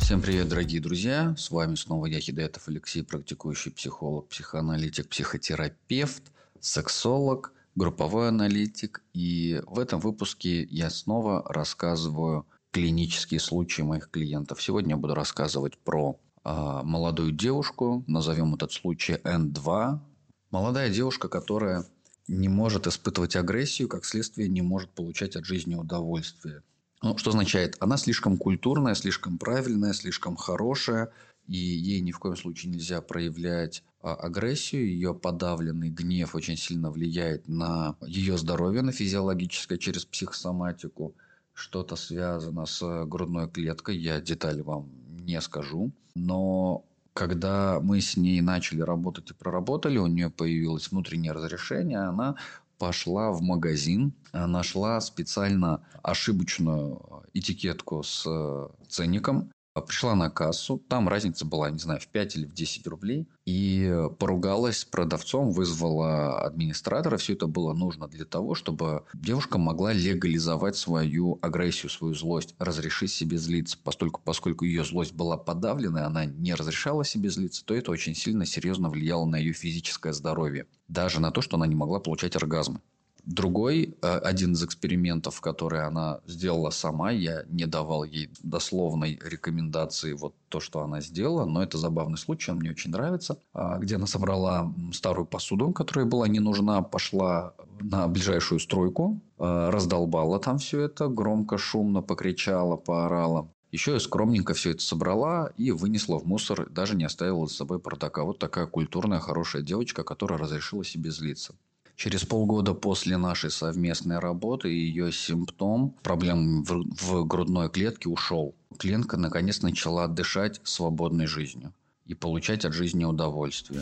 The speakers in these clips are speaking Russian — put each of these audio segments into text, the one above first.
Всем привет, дорогие друзья! С вами снова я, Хидаятов Алексей, практикующий психолог, психоаналитик, психотерапевт, сексолог, групповой аналитик. И в этом выпуске я снова рассказываю клинические случаи моих клиентов. Сегодня я буду рассказывать про молодую девушку, назовем этот случай N2. Молодая девушка, которая не может испытывать агрессию, как следствие не может получать от жизни удовольствие. Что означает? Она слишком культурная, слишком правильная, слишком хорошая, и ей ни в коем случае нельзя проявлять агрессию. Ее подавленный гнев очень сильно влияет на ее здоровье, на физиологическое, через психосоматику. Что-то связано с грудной клеткой, я детали вам не скажу. Но когда мы с ней начали работать и проработали, у нее появилось внутреннее разрешение, она пошла в магазин, нашла специально ошибочную этикетку с ценником, пришла на кассу, там разница была, не знаю, в 5 или в 10 рублей, и поругалась с продавцом, вызвала администратора. Все это было нужно для того, чтобы девушка могла легализовать свою агрессию, свою злость, разрешить себе злиться. Поскольку ее злость была подавлена, она не разрешала себе злиться, то это очень сильно, серьезно влияло на ее физическое здоровье. Даже на то, что она не могла получать оргазмы. Один из экспериментов, который она сделала сама, я не давал ей дословной рекомендации вот то, что она сделала, но это забавный случай, он мне очень нравится, где она собрала старую посуду, которая была не нужна, пошла на ближайшую стройку, раздолбала там все это, громко, шумно покричала, поорала. Еще и скромненько все это собрала и вынесла в мусор, даже не оставила за собой бардака. Вот такая культурная, хорошая девочка, которая разрешила себе злиться. Через полгода после нашей совместной работы ее симптом проблем в грудной клетке ушел. Клиентка наконец начала дышать свободной жизнью и получать от жизни удовольствие.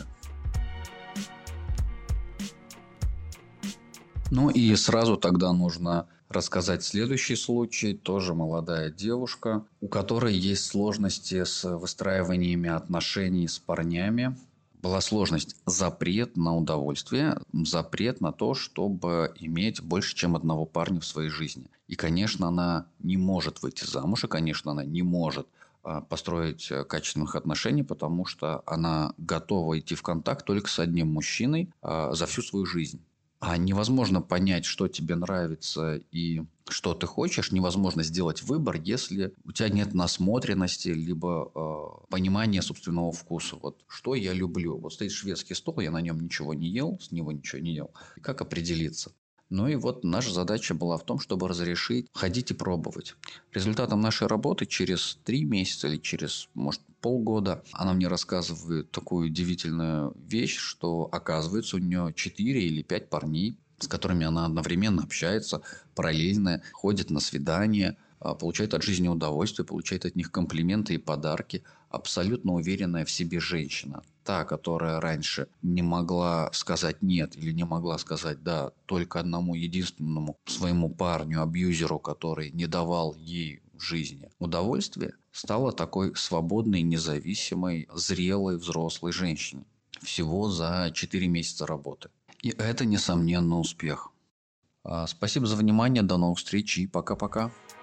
Ну и сразу тогда нужно рассказать следующий случай. Тоже молодая девушка, у которой есть сложности с выстраиваниями отношений с парнями. Была сложность: запрет на удовольствие, запрет на то, чтобы иметь больше, чем одного парня в своей жизни. И, конечно, она не может выйти замуж, и, конечно, она не может построить качественных отношений, потому что она готова идти в контакт только с одним мужчиной за всю свою жизнь. А невозможно понять, что тебе нравится и что ты хочешь, невозможно сделать выбор, если у тебя нет насмотренности, либо понимания собственного вкуса. Вот что я люблю. Вот стоит шведский стол, я на нем ничего не ел, с него ничего не ел. И как определиться? Ну и вот наша задача была в том, чтобы разрешить ходить и пробовать. Результатом нашей работы через 3 месяца или через, может, полгода она мне рассказывает такую удивительную вещь, что оказывается у нее 4 или 5 парней, с которыми она одновременно общается, параллельно ходит на свидания, получает от жизни удовольствие, получает от них комплименты и подарки. Абсолютно уверенная в себе женщина. Та, которая раньше не могла сказать «нет» или не могла сказать «да» только одному единственному своему парню, абьюзеру, который не давал ей в жизни удовольствия, стала такой свободной, независимой, зрелой, взрослой женщиной. Всего за 4 месяца работы. И это, несомненно, успех. Спасибо за внимание. До новых встреч и пока-пока.